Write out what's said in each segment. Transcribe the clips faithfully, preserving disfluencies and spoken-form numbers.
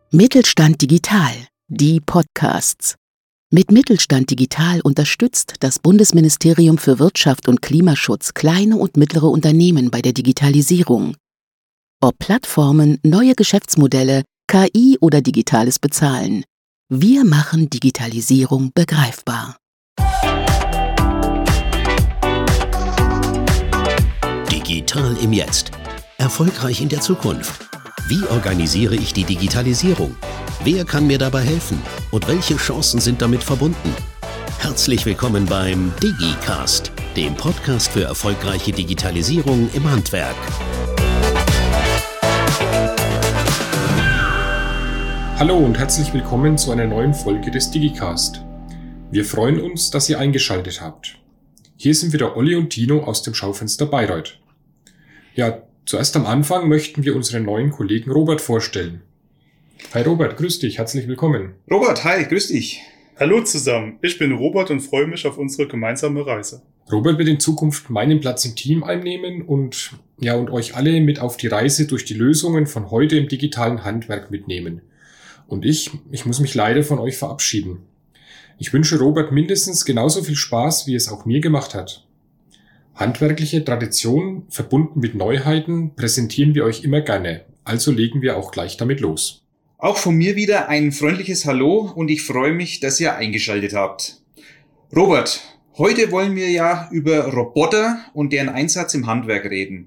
Mittelstand Digital, die Podcasts. Mit Mittelstand Digital unterstützt das Bundesministerium für Wirtschaft und Klimaschutz kleine und mittlere Unternehmen bei der Digitalisierung. Ob Plattformen, neue Geschäftsmodelle, K I oder digitales Bezahlen. Wir machen Digitalisierung begreifbar. Digital im Jetzt. Erfolgreich in der Zukunft. Wie organisiere ich die Digitalisierung? Wer kann mir dabei helfen? Und welche Chancen sind damit verbunden? Herzlich willkommen beim DigiCast, dem Podcast für erfolgreiche Digitalisierung im Handwerk. Hallo und herzlich willkommen zu einer neuen Folge des DigiCast. Wir freuen uns, dass ihr eingeschaltet habt. Hier sind wieder Olli und Tino aus dem Schaufenster Bayreuth. Ja, zuerst am Anfang möchten wir unseren neuen Kollegen Robert vorstellen. Hi Robert, grüß dich, herzlich willkommen. Robert, hi, grüß dich. Hallo zusammen, ich bin Robert und freue mich auf unsere gemeinsame Reise. Robert wird in Zukunft meinen Platz im Team einnehmen und, ja, und euch alle mit auf die Reise durch die Lösungen von heute im digitalen Handwerk mitnehmen. Und ich, ich muss mich leider von euch verabschieden. Ich wünsche Robert mindestens genauso viel Spaß, wie es auch mir gemacht hat. Handwerkliche Tradition verbunden mit Neuheiten präsentieren wir euch immer gerne, also legen wir auch gleich damit los. Auch von mir wieder ein freundliches Hallo und ich freue mich, dass ihr eingeschaltet habt. Robert, heute wollen wir ja über Roboter und deren Einsatz im Handwerk reden.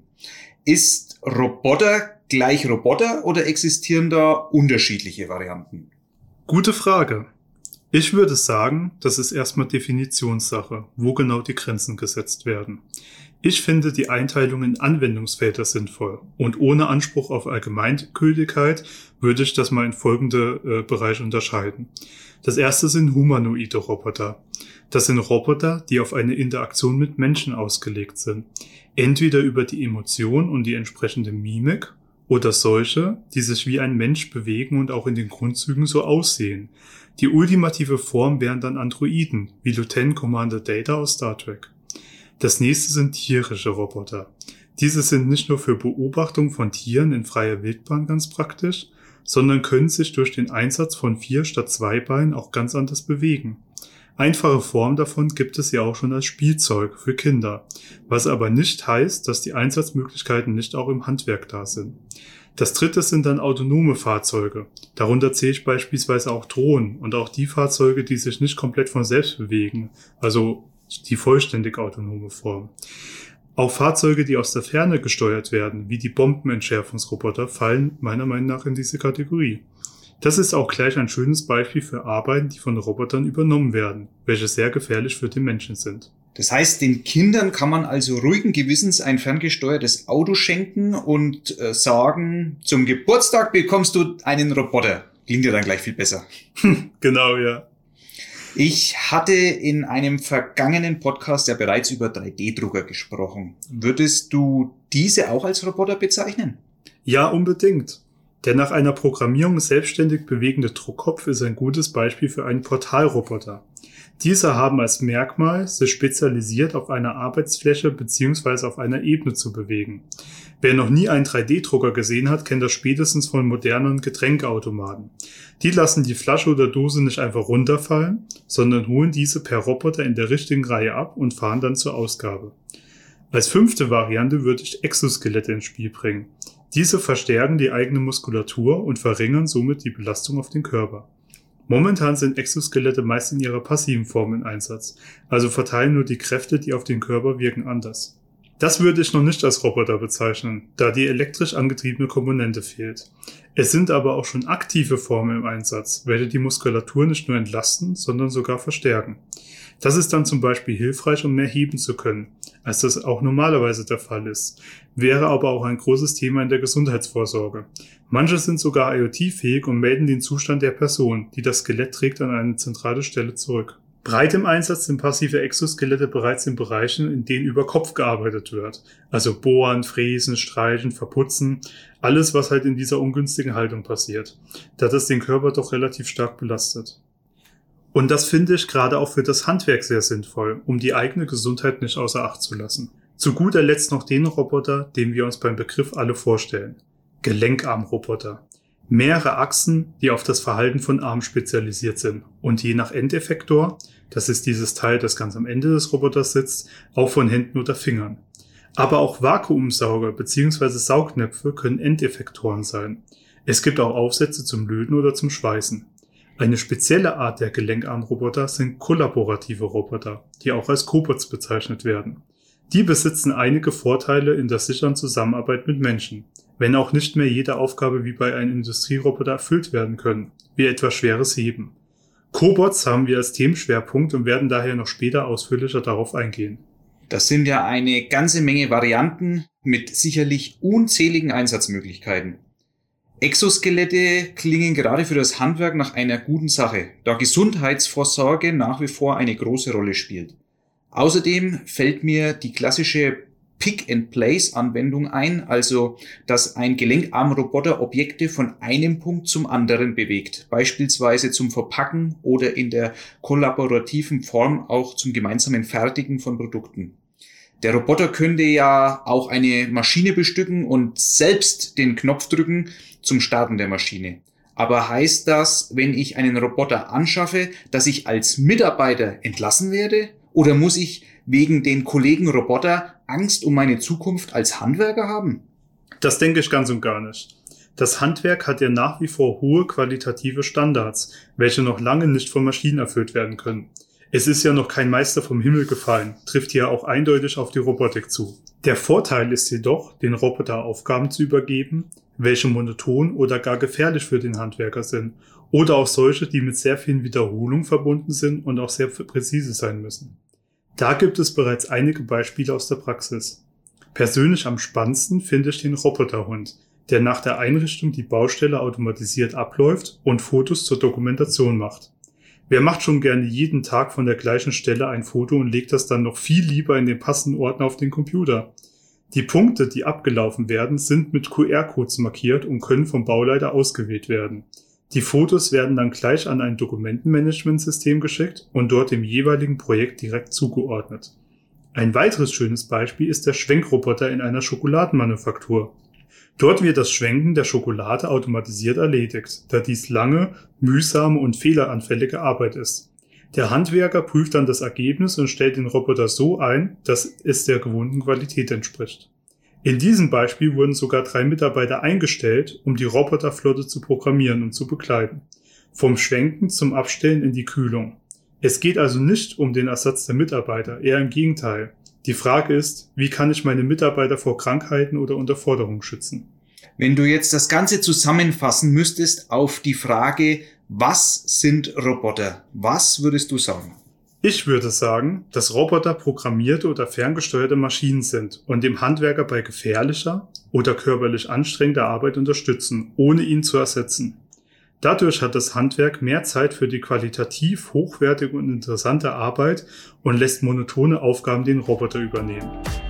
Ist Roboter gleich Roboter oder existieren da unterschiedliche Varianten? Gute Frage. Ich würde sagen, das ist erstmal Definitionssache, wo genau die Grenzen gesetzt werden. Ich finde die Einteilung in Anwendungsfelder sinnvoll und ohne Anspruch auf Allgemeingültigkeit würde ich das mal in folgende äh, Bereiche unterscheiden. Das erste sind humanoide Roboter. Das sind Roboter, die auf eine Interaktion mit Menschen ausgelegt sind. Entweder über die Emotion und die entsprechende Mimik oder solche, die sich wie ein Mensch bewegen und auch in den Grundzügen so aussehen. Die ultimative Form wären dann Androiden, wie Lieutenant Commander Data aus Star Trek. Das nächste sind tierische Roboter. Diese sind nicht nur für Beobachtung von Tieren in freier Wildbahn ganz praktisch, sondern können sich durch den Einsatz von vier statt zwei Beinen auch ganz anders bewegen. Einfache Formen davon gibt es ja auch schon als Spielzeug für Kinder, was aber nicht heißt, dass die Einsatzmöglichkeiten nicht auch im Handwerk da sind. Das dritte sind dann autonome Fahrzeuge. Darunter zähle ich beispielsweise auch Drohnen und auch die Fahrzeuge, die sich nicht komplett von selbst bewegen, also die vollständig autonome Form. Auch Fahrzeuge, die aus der Ferne gesteuert werden, wie die Bombenentschärfungsroboter, fallen meiner Meinung nach in diese Kategorie. Das ist auch gleich ein schönes Beispiel für Arbeiten, die von Robotern übernommen werden, welche sehr gefährlich für den Menschen sind. Das heißt, den Kindern kann man also ruhigen Gewissens ein ferngesteuertes Auto schenken und äh, sagen, zum Geburtstag bekommst du einen Roboter. Klingt ja dann gleich viel besser. Genau, ja. Ich hatte in einem vergangenen Podcast ja bereits über drei D Drucker gesprochen. Würdest du diese auch als Roboter bezeichnen? Ja, unbedingt. Der nach einer Programmierung selbstständig bewegende Druckkopf ist ein gutes Beispiel für einen Portalroboter. Diese haben als Merkmal, sich spezialisiert auf einer Arbeitsfläche bzw. auf einer Ebene zu bewegen. Wer noch nie einen drei D Drucker gesehen hat, kennt das spätestens von modernen Getränkeautomaten. Die lassen die Flasche oder Dose nicht einfach runterfallen, sondern holen diese per Roboter in der richtigen Reihe ab und fahren dann zur Ausgabe. Als fünfte Variante würde ich Exoskelette ins Spiel bringen. Diese verstärken die eigene Muskulatur und verringern somit die Belastung auf den Körper. Momentan sind Exoskelette meist in ihrer passiven Form im Einsatz, also verteilen nur die Kräfte, die auf den Körper wirken, anders. Das würde ich noch nicht als Roboter bezeichnen, da die elektrisch angetriebene Komponente fehlt. Es sind aber auch schon aktive Formen im Einsatz, welche die Muskulatur nicht nur entlasten, sondern sogar verstärken. Das ist dann zum Beispiel hilfreich, um mehr heben zu können, als das auch normalerweise der Fall ist, wäre aber auch ein großes Thema in der Gesundheitsvorsorge. Manche sind sogar IoT-fähig und melden den Zustand der Person, die das Skelett trägt, an eine zentrale Stelle zurück. Breit im Einsatz sind passive Exoskelette bereits in Bereichen, in denen über Kopf gearbeitet wird. Also bohren, fräsen, streichen, verputzen, alles was halt in dieser ungünstigen Haltung passiert, da das den Körper doch relativ stark belastet. Und das finde ich gerade auch für das Handwerk sehr sinnvoll, um die eigene Gesundheit nicht außer Acht zu lassen. Zu guter Letzt noch den Roboter, den wir uns beim Begriff alle vorstellen. Gelenkarmroboter. Mehrere Achsen, die auf das Verhalten von Armen spezialisiert sind und je nach Endeffektor, das ist dieses Teil, das ganz am Ende des Roboters sitzt, auch von Händen oder Fingern. Aber auch Vakuumsauger bzw. Saugnäpfe können Endeffektoren sein. Es gibt auch Aufsätze zum Löten oder zum Schweißen. Eine spezielle Art der Gelenkarmroboter sind kollaborative Roboter, die auch als Cobots bezeichnet werden. Die besitzen einige Vorteile in der sicheren Zusammenarbeit mit Menschen, wenn auch nicht mehr jede Aufgabe wie bei einem Industrieroboter erfüllt werden können, wie etwa schweres Heben. Cobots haben wir als Themenschwerpunkt und werden daher noch später ausführlicher darauf eingehen. Das sind ja eine ganze Menge Varianten mit sicherlich unzähligen Einsatzmöglichkeiten. Exoskelette klingen gerade für das Handwerk nach einer guten Sache, da Gesundheitsvorsorge nach wie vor eine große Rolle spielt. Außerdem fällt mir die klassische Pick-and-Place-Anwendung ein, also dass ein Gelenkarmroboter Objekte von einem Punkt zum anderen bewegt, beispielsweise zum Verpacken oder in der kollaborativen Form auch zum gemeinsamen Fertigen von Produkten. Der Roboter könnte ja auch eine Maschine bestücken und selbst den Knopf drücken zum Starten der Maschine. Aber heißt das, wenn ich einen Roboter anschaffe, dass ich als Mitarbeiter entlassen werde? Oder muss ich wegen den Kollegen Roboter Angst um meine Zukunft als Handwerker haben? Das denke ich ganz und gar nicht. Das Handwerk hat ja nach wie vor hohe qualitative Standards, welche noch lange nicht von Maschinen erfüllt werden können. Es ist ja noch kein Meister vom Himmel gefallen, trifft hier auch eindeutig auf die Robotik zu. Der Vorteil ist jedoch, den Roboter Aufgaben zu übergeben, welche monoton oder gar gefährlich für den Handwerker sind, oder auch solche, die mit sehr vielen Wiederholungen verbunden sind und auch sehr präzise sein müssen. Da gibt es bereits einige Beispiele aus der Praxis. Persönlich am spannendsten finde ich den Roboterhund, der nach der Einrichtung die Baustelle automatisiert abläuft und Fotos zur Dokumentation macht. Wer macht schon gerne jeden Tag von der gleichen Stelle ein Foto und legt das dann noch viel lieber in den passenden Ordner auf den Computer? Die Punkte, die abgelaufen werden, sind mit Q R-Codes markiert und können vom Bauleiter ausgewählt werden. Die Fotos werden dann gleich an ein Dokumentenmanagementsystem geschickt und dort dem jeweiligen Projekt direkt zugeordnet. Ein weiteres schönes Beispiel ist der Schwenkroboter in einer Schokoladenmanufaktur. Dort wird das Schwenken der Schokolade automatisiert erledigt, da dies lange, mühsame und fehleranfällige Arbeit ist. Der Handwerker prüft dann das Ergebnis und stellt den Roboter so ein, dass es der gewohnten Qualität entspricht. In diesem Beispiel wurden sogar drei Mitarbeiter eingestellt, um die Roboterflotte zu programmieren und zu begleiten. Vom Schwenken zum Abstellen in die Kühlung. Es geht also nicht um den Ersatz der Mitarbeiter, eher im Gegenteil. Die Frage ist, wie kann ich meine Mitarbeiter vor Krankheiten oder Unterforderung schützen? Wenn du jetzt das Ganze zusammenfassen müsstest auf die Frage, was sind Roboter? Was würdest du sagen? Ich würde sagen, dass Roboter programmierte oder ferngesteuerte Maschinen sind und dem Handwerker bei gefährlicher oder körperlich anstrengender Arbeit unterstützen, ohne ihn zu ersetzen. Dadurch hat das Handwerk mehr Zeit für die qualitativ hochwertige und interessante Arbeit und lässt monotone Aufgaben den Roboter übernehmen.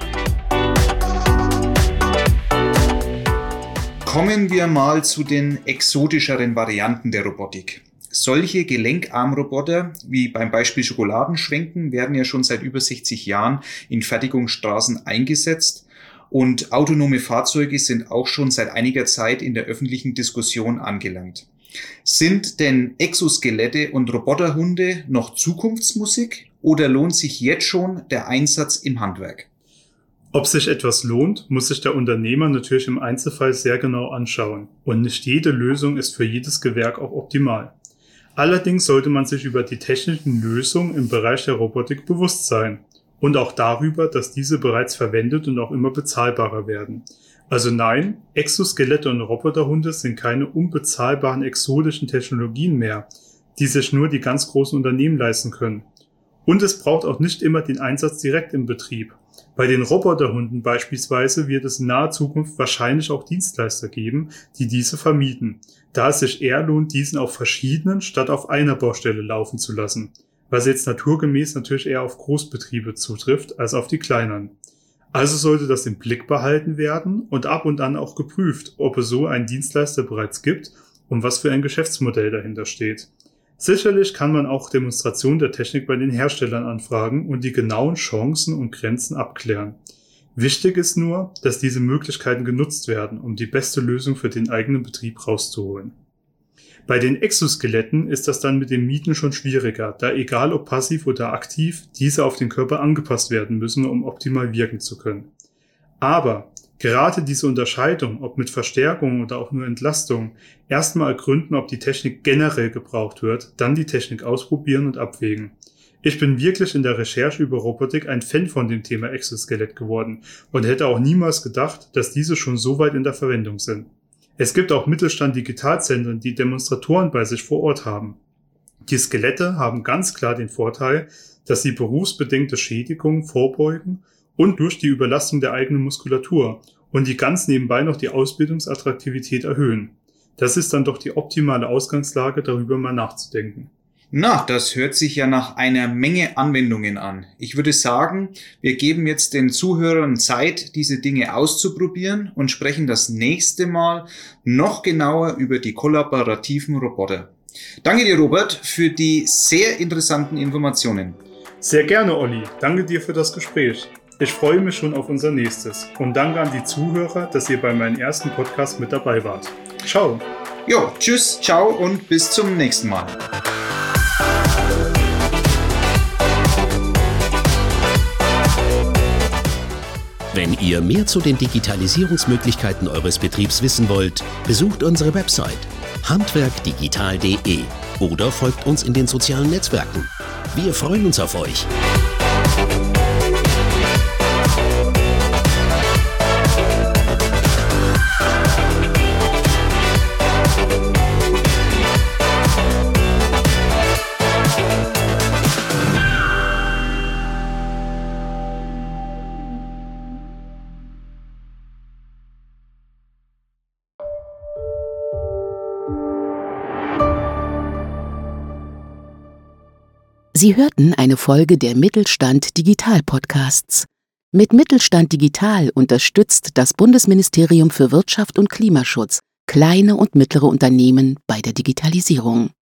Kommen wir mal zu den exotischeren Varianten der Robotik. Solche Gelenkarmroboter, wie beim Beispiel Schokoladenschwenken, werden ja schon seit über sechzig Jahren in Fertigungsstraßen eingesetzt und autonome Fahrzeuge sind auch schon seit einiger Zeit in der öffentlichen Diskussion angelangt. Sind denn Exoskelette und Roboterhunde noch Zukunftsmusik oder lohnt sich jetzt schon der Einsatz im Handwerk? Ob sich etwas lohnt, muss sich der Unternehmer natürlich im Einzelfall sehr genau anschauen und nicht jede Lösung ist für jedes Gewerk auch optimal. Allerdings sollte man sich über die technischen Lösungen im Bereich der Robotik bewusst sein und auch darüber, dass diese bereits verwendet und auch immer bezahlbarer werden. Also nein, Exoskelette und Roboterhunde sind keine unbezahlbaren exotischen Technologien mehr, die sich nur die ganz großen Unternehmen leisten können. Und es braucht auch nicht immer den Einsatz direkt im Betrieb. Bei den Roboterhunden beispielsweise wird es in naher Zukunft wahrscheinlich auch Dienstleister geben, die diese vermieten, da es sich eher lohnt, diesen auf verschiedenen statt auf einer Baustelle laufen zu lassen, was jetzt naturgemäß natürlich eher auf Großbetriebe zutrifft als auf die kleineren. Also sollte das im Blick behalten werden und ab und an auch geprüft, ob es so einen Dienstleister bereits gibt und was für ein Geschäftsmodell dahinter steht. Sicherlich kann man auch Demonstrationen der Technik bei den Herstellern anfragen und die genauen Chancen und Grenzen abklären. Wichtig ist nur, dass diese Möglichkeiten genutzt werden, um die beste Lösung für den eigenen Betrieb rauszuholen. Bei den Exoskeletten ist das dann mit dem Mieten schon schwieriger, da egal ob passiv oder aktiv, diese auf den Körper angepasst werden müssen, um optimal wirken zu können. Aber gerade diese Unterscheidung, ob mit Verstärkung oder auch nur Entlastung, erstmal ergründen, ob die Technik generell gebraucht wird, dann die Technik ausprobieren und abwägen. Ich bin wirklich in der Recherche über Robotik ein Fan von dem Thema Exoskelett geworden und hätte auch niemals gedacht, dass diese schon so weit in der Verwendung sind. Es gibt auch Mittelstand-Digitalzentren, die Demonstratoren bei sich vor Ort haben. Die Skelette haben ganz klar den Vorteil, dass sie berufsbedingte Schädigungen vorbeugen und durch die Überlastung der eigenen Muskulatur und die ganz nebenbei noch die Ausbildungsattraktivität erhöhen. Das ist dann doch die optimale Ausgangslage, darüber mal nachzudenken. Na, das hört sich ja nach einer Menge Anwendungen an. Ich würde sagen, wir geben jetzt den Zuhörern Zeit, diese Dinge auszuprobieren und sprechen das nächste Mal noch genauer über die kollaborativen Roboter. Danke dir, Robert, für die sehr interessanten Informationen. Sehr gerne, Olli. Danke dir für das Gespräch. Ich freue mich schon auf unser nächstes und danke an die Zuhörer, dass ihr bei meinem ersten Podcast mit dabei wart. Ciao. Jo, tschüss, ciao und bis zum nächsten Mal. Wenn ihr mehr zu den Digitalisierungsmöglichkeiten eures Betriebs wissen wollt, besucht unsere Website handwerkdigital punkt de oder folgt uns in den sozialen Netzwerken. Wir freuen uns auf euch. Sie hörten eine Folge der Mittelstand Digital Podcasts. Mit Mittelstand Digital unterstützt das Bundesministerium für Wirtschaft und Klimaschutz kleine und mittlere Unternehmen bei der Digitalisierung.